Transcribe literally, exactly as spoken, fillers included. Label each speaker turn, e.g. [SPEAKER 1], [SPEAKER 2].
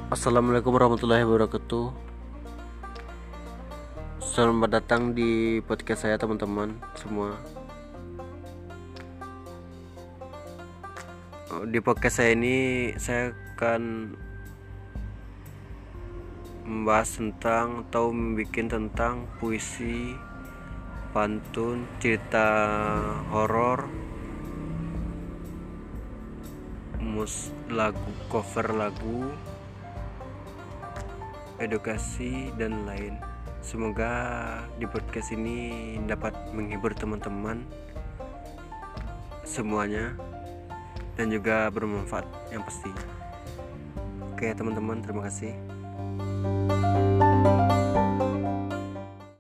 [SPEAKER 1] Assalamualaikum warahmatullahi wabarakatuh. Selamat datang di podcast saya teman-teman semua. Di podcast saya ini saya akan membahas tentang atau membuat tentang puisi, pantun, cerita horor, mus lagu, cover lagu, edukasi dan lain. Semoga di podcast ini dapat menghibur teman-teman semuanya dan juga bermanfaat yang pastinya. Oke teman-teman, terima kasih.